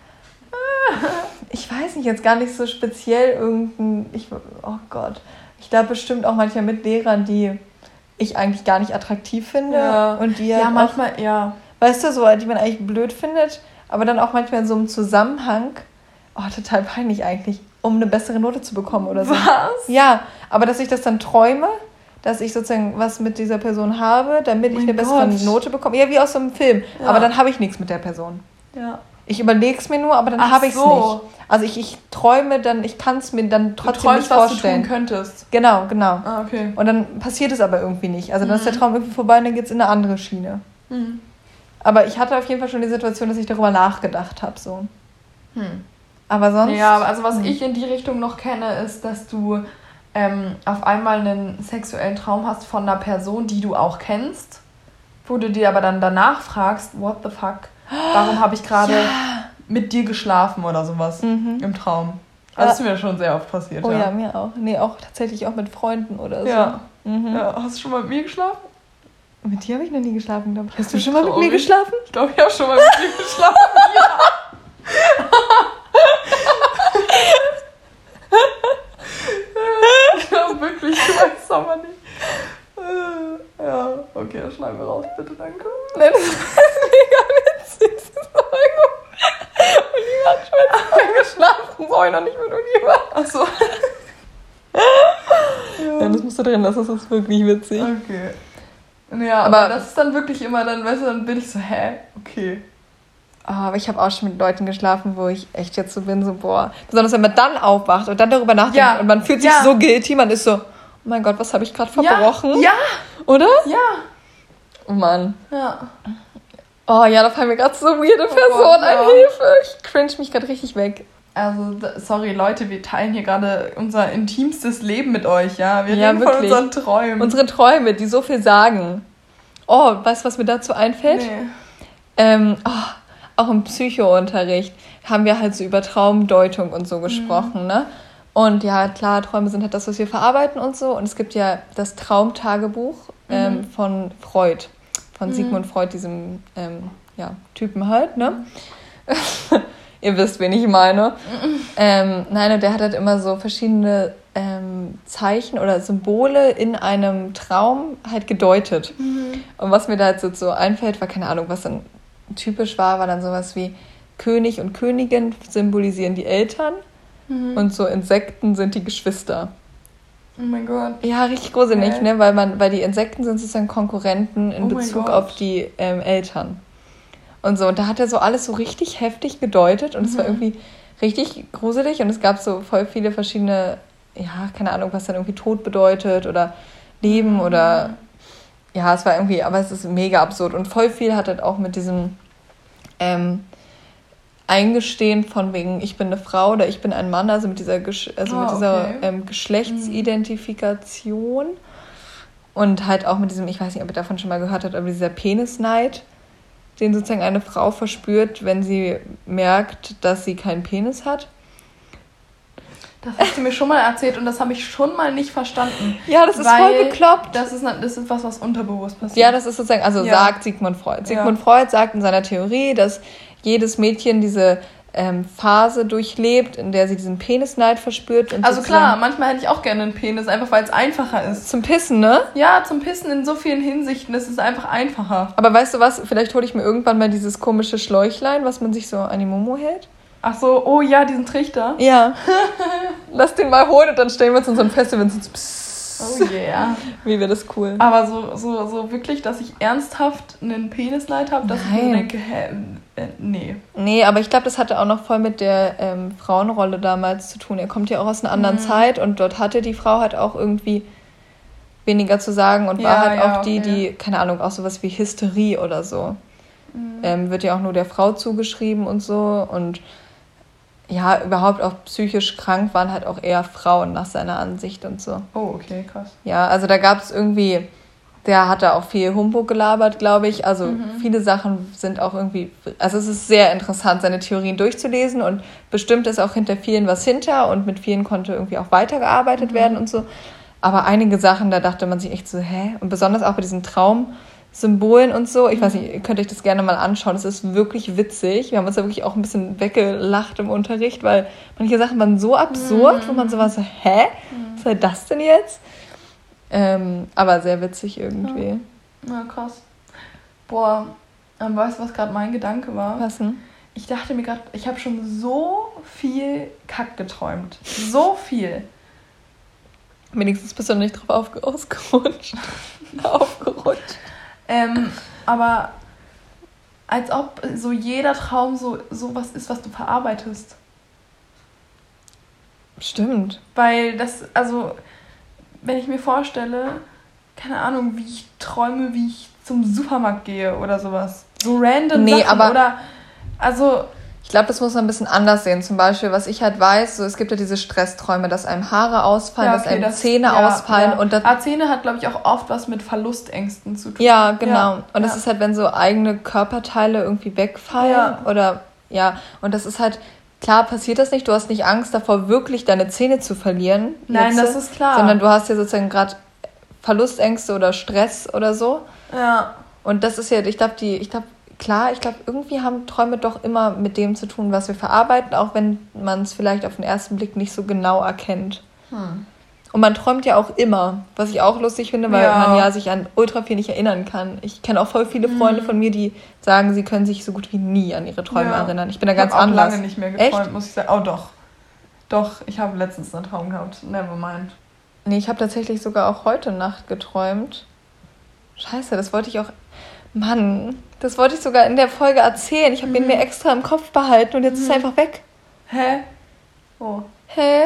Ich weiß nicht, jetzt gar nicht so speziell oh Gott. Ich glaube bestimmt auch manchmal mit Lehrern, die ich eigentlich gar nicht attraktiv finde. Ja. Und die halt manchmal, ja. Weißt du, so, die man eigentlich blöd findet, aber dann auch manchmal in so einem Zusammenhang, total peinlich eigentlich, um eine bessere Note zu bekommen oder so. Was? Ja, aber dass ich das dann träume, dass ich sozusagen was mit dieser Person habe, damit ich eine bessere Note bekomme. Ja, wie aus so einem Film. Ja. Aber dann habe ich nichts mit der Person. Ja. Ich überlege es mir nur, aber dann habe ich es nicht. Also ich träume dann, ich kann es mir dann trotzdem nicht vorstellen. Was du tun könntest. Genau. Ah, okay. Und dann passiert es aber irgendwie nicht. Also dann ist der Traum irgendwie vorbei und dann geht es in eine andere Schiene. Aber ich hatte auf jeden Fall schon die Situation, dass ich darüber nachgedacht habe. So. Aber sonst... Ja, also was ich in die Richtung noch kenne, ist, dass du auf einmal einen sexuellen Traum hast von einer Person, die du auch kennst, wo du dir aber dann danach fragst, what the fuck, warum habe ich gerade mit dir geschlafen oder sowas im Traum. Also das ist mir schon sehr oft passiert. Oh ja, mir auch. Nee, auch tatsächlich auch mit Freunden oder so. Ja. Ja. Hast du schon mal mit mir geschlafen? Mit dir habe ich noch nie geschlafen, glaube ich. Hast du schon mal mit mir geschlafen? Ich glaube, ich habe schon mal mit dir geschlafen. Ich glaube wirklich, ich weiß es aber nicht. Ja, okay, das schneiden wir raus, bitte, danke. Nein, das ist mega witzig. Das ist so und die hat schon geschlafen, soll ich noch nicht mit Oliver. Achso. Ja, das musst du drin lassen, das ist wirklich witzig. Okay. Ja, aber das ist dann wirklich immer, dann, weißt du, dann bin ich so, okay. Oh, aber ich habe auch schon mit Leuten geschlafen, wo ich echt jetzt so bin, so boah. Besonders wenn man dann aufwacht und dann darüber nachdenkt und man fühlt sich so guilty, man ist so, oh mein Gott, was habe ich gerade verbrochen? Ja. Oder? Ja. Oh Mann. Ja. Oh ja, da fallen mir gerade so weirde Personen ein. Hilfe. Ich cringe mich gerade richtig weg. Also, sorry Leute, wir teilen hier gerade unser intimstes Leben mit euch, ja? Wir reden von unseren Träumen. Unsere Träume, die so viel sagen. Oh, weißt du, was mir dazu einfällt? Nee. Auch im Psychounterricht haben wir halt so über Traumdeutung und so gesprochen, ne? Und ja, klar, Träume sind halt das, was wir verarbeiten und so. Und es gibt ja das Traumtagebuch von Freud, von Sigmund Freud, diesem Typen halt, ne? Ihr wisst, wen ich meine. Nein, und der hat halt immer so verschiedene Zeichen oder Symbole in einem Traum halt gedeutet. Und was mir da halt so einfällt, war keine Ahnung, was dann typisch war dann sowas wie König und Königin symbolisieren die Eltern und so Insekten sind die Geschwister. Oh mein Gott. Ja, richtig gruselig, ne? Weil die Insekten sind sozusagen Konkurrenten in Bezug auf die Eltern. Und so, und da hat er so alles so richtig heftig gedeutet und es war irgendwie richtig gruselig und es gab so voll viele verschiedene, keine Ahnung, was dann irgendwie Tod bedeutet oder Leben oder es war irgendwie, aber es ist mega absurd und voll viel hat halt auch mit diesem Eingestehen von wegen, ich bin eine Frau oder ich bin ein Mann, also mit dieser Geschlechtsidentifikation Und halt auch mit diesem, ich weiß nicht, ob ihr davon schon mal gehört habt, aber dieser Penisneid, den sozusagen eine Frau verspürt, wenn sie merkt, dass sie keinen Penis hat. Das hast du mir schon mal erzählt und das habe ich schon mal nicht verstanden. Ja, das ist voll bekloppt. Das ist was unterbewusst passiert. Ja, das ist sozusagen, sagt Sigmund Freud. Sigmund Freud sagt in seiner Theorie, dass jedes Mädchen diese Phase durchlebt, in der sie diesen Penisneid verspürt. Und also klar, manchmal hätte ich auch gerne einen Penis, einfach weil es einfacher ist. Zum Pissen, ne? Ja, zum Pissen in so vielen Hinsichten, es ist einfach einfacher. Aber weißt du was, vielleicht hole ich mir irgendwann mal dieses komische Schläuchlein, was man sich so an die Momo hält. Ach so, oh ja, diesen Trichter. Ja. Lass den mal holen und dann stellen wir uns in so ein Festival und so oh yeah. Wie wäre das cool. Aber so wirklich, dass ich ernsthaft einen Penisneid habe, dass ich mir denke, nee. Nee, aber ich glaube, das hatte auch noch voll mit der Frauenrolle damals zu tun. Er kommt ja auch aus einer anderen Zeit und dort hatte die Frau halt auch irgendwie weniger zu sagen und war halt auch die, keine Ahnung, auch sowas wie Hysterie oder so. Wird ja auch nur der Frau zugeschrieben und so und ja, überhaupt auch psychisch krank waren halt auch eher Frauen nach seiner Ansicht und so. Oh, okay, krass. Ja, also da gab es irgendwie, der hat da auch viel Humbug gelabert, glaube ich. Also viele Sachen sind auch irgendwie, also es ist sehr interessant, seine Theorien durchzulesen und bestimmt ist auch hinter vielen was hinter und mit vielen konnte irgendwie auch weitergearbeitet werden und so. Aber einige Sachen, da dachte man sich echt so, hä? Und besonders auch bei diesen Traumsymbolen und so. Ich weiß nicht, ihr könnt euch das gerne mal anschauen. Es ist wirklich witzig. Wir haben uns da wirklich auch ein bisschen weggelacht im Unterricht, weil manche Sachen waren so absurd, wo man so war so, hä? Was soll das denn jetzt? Aber sehr witzig irgendwie. Ja, krass. Boah, weißt du, was gerade mein Gedanke war? Was denn? Ich dachte mir gerade, ich habe schon so viel Kack geträumt. So viel. Wenigstens bist du noch nicht drauf ausgerutscht. Aufgerutscht. Aber als ob so jeder Traum so was ist, was du verarbeitest. Stimmt. Weil das, also, wenn ich mir vorstelle, keine Ahnung, wie ich träume, wie ich zum Supermarkt gehe oder sowas. So random Sachen. Aber oder, also... Ich glaube, das muss man ein bisschen anders sehen. Zum Beispiel, was ich halt weiß, so, es gibt ja diese Stressträume, dass einem Haare ausfallen, dass einem Zähne ausfallen. Und Zähne hat, glaube ich, auch oft was mit Verlustängsten zu tun. Ja, genau. Und das ist halt, wenn so eigene Körperteile irgendwie wegfallen. Oder, und das ist halt, klar passiert das nicht. Du hast nicht Angst davor, wirklich deine Zähne zu verlieren. Nein, das ist klar. Sondern du hast ja sozusagen gerade Verlustängste oder Stress oder so. Ja. Und das ist ja, ich glaube, irgendwie haben Träume doch immer mit dem zu tun, was wir verarbeiten, auch wenn man es vielleicht auf den ersten Blick nicht so genau erkennt. Und man träumt ja auch immer, was ich auch lustig finde, weil man ja sich an ultra viel nicht erinnern kann. Ich kenne auch voll viele Freunde von mir, die sagen, sie können sich so gut wie nie an ihre Träume erinnern. Ich bin da ganz anders. Ich habe lange nicht mehr geträumt, Echt? muss ich sagen. Oh doch. Doch, ich habe letztens einen Traum gehabt. Never mind. Nee, ich habe tatsächlich sogar auch heute Nacht geträumt. Scheiße, das wollte ich auch... Mann, das wollte ich sogar in der Folge erzählen. Ich habe ihn mir extra im Kopf behalten und jetzt ist er einfach weg. Hä? Oh. Hä?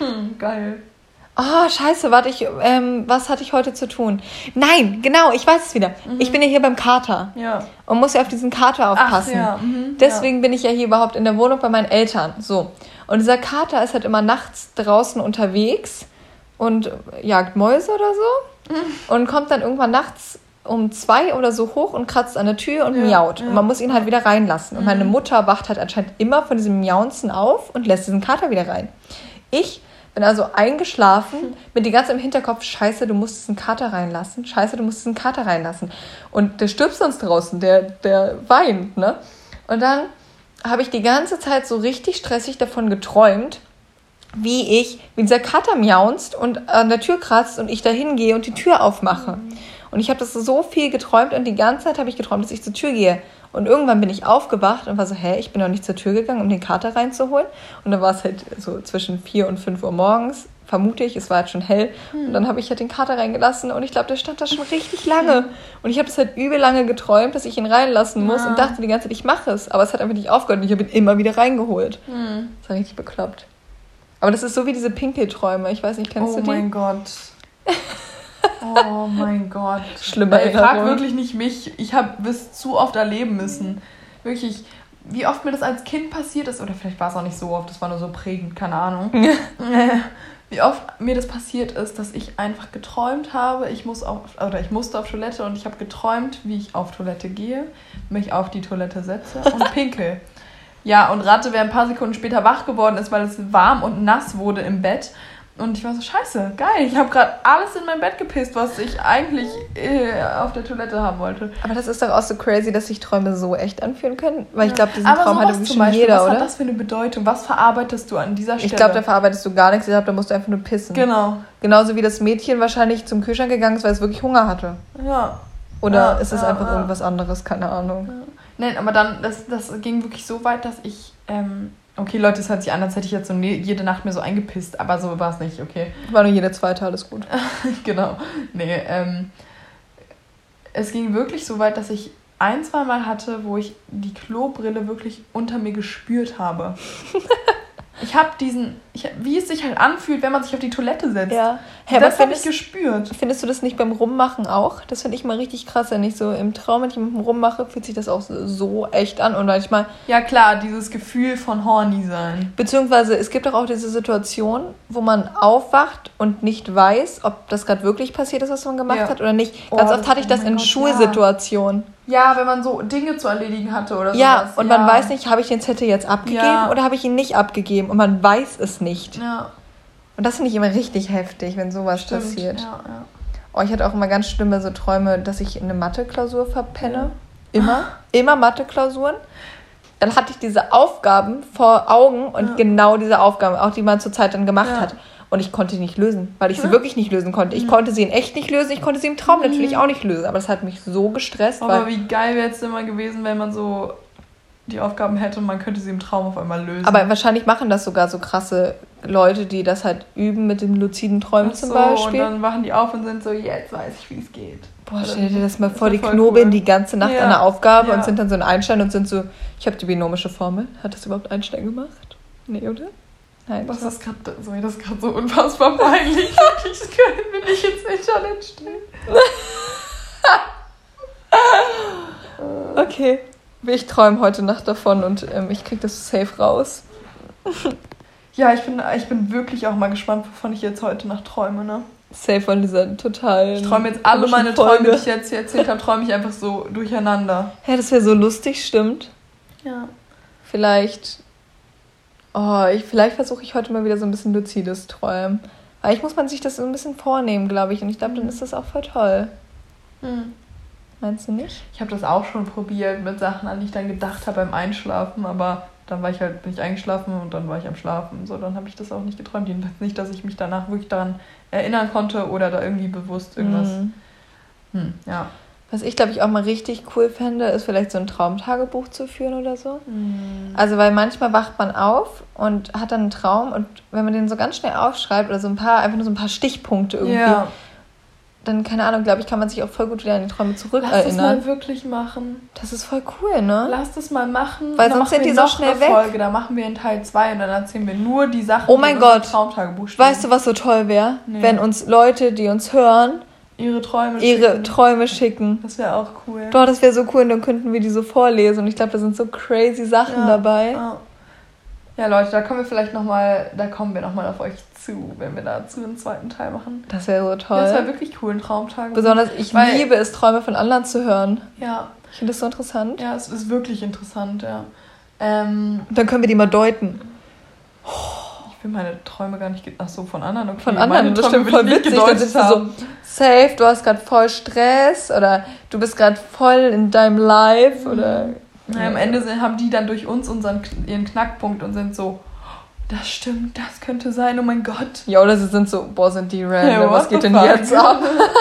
Geil. Oh, scheiße, warte, was hatte ich heute zu tun? Nein, genau, ich weiß es wieder. Ich bin ja hier beim Kater. Ja. Und muss ja auf diesen Kater aufpassen. Ach, ja. Deswegen bin ich ja hier überhaupt in der Wohnung bei meinen Eltern. So. Und dieser Kater ist halt immer nachts draußen unterwegs und jagt Mäuse oder so. Und kommt dann irgendwann nachts um 2 oder so hoch und kratzt an der Tür und miaut. Und man muss ihn halt wieder reinlassen. Und meine Mutter wacht halt anscheinend immer von diesem Miaunzen auf und lässt diesen Kater wieder rein. Ich bin also eingeschlafen mit die ganze Zeit im Hinterkopf, scheiße, du musst diesen Kater reinlassen. Scheiße, du musst diesen Kater reinlassen. Und der stirbt sonst draußen, der weint, ne? Und dann habe ich die ganze Zeit so richtig stressig davon geträumt, wie dieser Kater miaunzt und an der Tür kratzt und ich da hingehe und die Tür aufmache. Und ich habe das so viel geträumt und die ganze Zeit habe ich geträumt, dass ich zur Tür gehe. Und irgendwann bin ich aufgewacht und war so, ich bin noch nicht zur Tür gegangen, um den Kater reinzuholen. Und dann war es halt so zwischen 4 und 5 Uhr morgens, vermute ich, es war halt schon hell. Und dann habe ich halt den Kater reingelassen und ich glaube, der stand da schon richtig lange. Und ich habe das halt übel lange geträumt, dass ich ihn reinlassen muss und dachte die ganze Zeit, ich mache es. Aber es hat einfach nicht aufgehört und ich habe ihn immer wieder reingeholt. Das war richtig bekloppt. Aber das ist so wie diese Pinkelträume. Ich weiß nicht, kennst du die? Oh mein Gott. Oh mein Gott. Schlimmer Erinnerung. Frag wirklich nicht mich. Ich habe es zu oft erleben müssen. Wirklich, wie oft mir das als Kind passiert ist. Oder vielleicht war es auch nicht so oft, das war nur so prägend, keine Ahnung. wie oft mir das passiert ist, dass ich einfach geträumt habe, ich musste auf Toilette und ich habe geträumt, wie ich auf Toilette gehe, mich auf die Toilette setze und pinkel. Ja, und rate, wer ein paar Sekunden später wach geworden ist, weil es warm und nass wurde im Bett. Und ich war so, scheiße, geil, ich habe gerade alles in mein Bett gepisst, was ich eigentlich auf der Toilette haben wollte. Aber das ist doch auch so crazy, dass sich Träume so echt anfühlen können. Weil ich glaube, diesen Traum hat irgendwie schon jeder, oder? Was hat das für eine Bedeutung? Was verarbeitest du an dieser Stelle? Ich glaube, da verarbeitest du gar nichts. Ich glaube, da musst du einfach nur pissen. Genau. Genauso wie das Mädchen wahrscheinlich zum Kühlschrank gegangen ist, weil es wirklich Hunger hatte. Ja. Oder ist es einfach irgendwas anderes? Keine Ahnung. Ja. Nein, aber dann, das ging wirklich so weit, dass ich... Okay, Leute, es hört sich an, als hätte ich jetzt so jede Nacht mir so eingepisst, aber so war es nicht, okay. War nur jede zweite, alles gut. Genau. Nee, es ging wirklich so weit, dass ich 1-2 Mal hatte, wo ich die Klobrille wirklich unter mir gespürt habe. Ich habe wie es sich halt anfühlt, wenn man sich auf die Toilette setzt. Ja. Hey, das habe ich gespürt. Findest du das nicht beim Rummachen auch? Das finde ich mal richtig krass, wenn ich so im Traum, wenn ich mit dem Rummache, fühlt sich das auch so echt an. Und manchmal... Ja klar, dieses Gefühl von horny sein. Beziehungsweise es gibt auch diese Situation, wo man aufwacht und nicht weiß, ob das gerade wirklich passiert ist, was man gemacht hat oder nicht. Ganz oft hatte ich das in Schulsituationen. Ja, wenn man so Dinge zu erledigen hatte oder sowas. Ja, und man weiß nicht, habe ich den Zettel jetzt abgegeben oder habe ich ihn nicht abgegeben? Und man weiß es nicht. Ja. Und das finde ich immer richtig heftig, wenn sowas passiert. Ja. Oh, ich hatte auch immer ganz schlimme so Träume, dass ich eine Mathe-Klausur verpenne. Immer Mathe-Klausuren. Dann hatte ich diese Aufgaben vor Augen und genau diese Aufgaben, auch die man zur Zeit dann gemacht hat. Und ich konnte die nicht lösen, weil ich sie wirklich nicht lösen konnte. Ich konnte sie in echt nicht lösen, ich konnte sie im Traum natürlich auch nicht lösen. Aber das hat mich so gestresst. Aber wie geil wäre es immer gewesen, wenn man so die Aufgaben hätte und man könnte sie im Traum auf einmal lösen. Aber wahrscheinlich machen das sogar so krasse Leute, die das halt üben mit dem luziden Träumen zum Beispiel. Und dann wachen die auf und sind so, jetzt weiß ich, wie es geht. Boah, stell dir das mal vor, die knobeln die ganze Nacht an der Aufgabe und sind dann so ein Einstein und sind so, ich habe die binomische Formel. Hat das überhaupt Einstein gemacht? Nee, oder? Nein. Das ist gerade so unfassbar peinlich. Ich kann mir nicht ins Internet stellen. Okay. Ich träume heute Nacht davon und ich krieg das safe raus. Ja, ich bin wirklich auch mal gespannt, wovon ich jetzt heute Nacht träume, ne? Safe von dieser totalen... Ich träume jetzt alle meine Träume, die ich jetzt hier erzählt habe, träume ich einfach so durcheinander. Ja, das wäre so lustig, stimmt. Ja. Vielleicht versuche ich heute mal wieder so ein bisschen luzides Träumen. Eigentlich muss man sich das so ein bisschen vornehmen, glaube ich. Und ich glaube, dann ist das auch voll toll. Meinst du nicht? Ich habe das auch schon probiert mit Sachen, an die ich dann gedacht habe beim Einschlafen, aber dann bin ich eingeschlafen und dann war ich am Schlafen. So, dann habe ich das auch nicht geträumt. Jedenfalls nicht, dass ich mich danach wirklich daran erinnern konnte oder da irgendwie bewusst irgendwas. Ja. Was ich, glaube ich, auch mal richtig cool fände, ist vielleicht so ein Traumtagebuch zu führen oder so. Also, weil manchmal wacht man auf und hat dann einen Traum und wenn man den so ganz schnell aufschreibt oder einfach nur so ein paar Stichpunkte irgendwie, dann, keine Ahnung, glaube ich, kann man sich auch voll gut wieder an die Träume zurückerinnern. Lass das mal wirklich machen. Das ist voll cool, ne? Lass das mal machen. Weil sonst sind die so schnell weg. Folge. Da machen wir in Teil 2 und dann erzählen wir nur die Sachen, die in unserem Traumtagebuch stehen. Weißt du, was so toll wäre? Nee. Wenn uns Leute, die uns hören, ihre Träume schicken. Das wäre auch cool. Doch, das wäre so cool und dann könnten wir die so vorlesen. Und ich glaube, da sind so crazy Sachen dabei. Ja, Leute, da kommen wir nochmal auf euch zu, wenn wir dazu einen zweiten Teil machen. Das wäre so toll. Ja, das wäre wirklich cool, ein Traumtag. Besonders, ich liebe es, Träume von anderen zu hören. Ja. Ich finde das so interessant. Ja, es ist wirklich interessant, ja. Dann können wir die mal deuten. Ich will meine Träume gar nicht... Ach so, von anderen? Okay. Von anderen, das stimmt voll witzig. Dann sind wir so, safe, du hast gerade voll Stress oder du bist gerade voll in deinem Life oder... Ja, am Ende haben die dann durch uns ihren Knackpunkt und sind so, das stimmt, das könnte sein, oh mein Gott. Ja, oder sie sind so, boah, sind die random, was geht denn jetzt ab?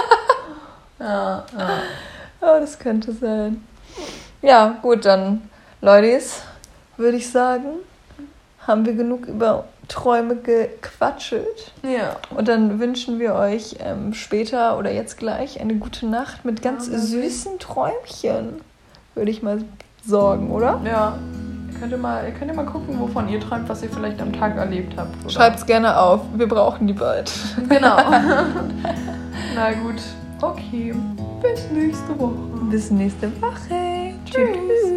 Ja. Oh, das könnte sein. Ja, gut, dann, Leutis, würde ich sagen, haben wir genug über Träume gequatschelt. Ja. Und dann wünschen wir euch später oder jetzt gleich eine gute Nacht mit ganz süßen Träumchen, würde ich mal sagen, oder? Ja. Könnt ihr mal gucken, wovon ihr träumt, was ihr vielleicht am Tag erlebt habt. Schreibt es gerne auf. Wir brauchen die bald. Genau. Na gut. Okay. Bis nächste Woche. Bis nächste Woche. Tschüss.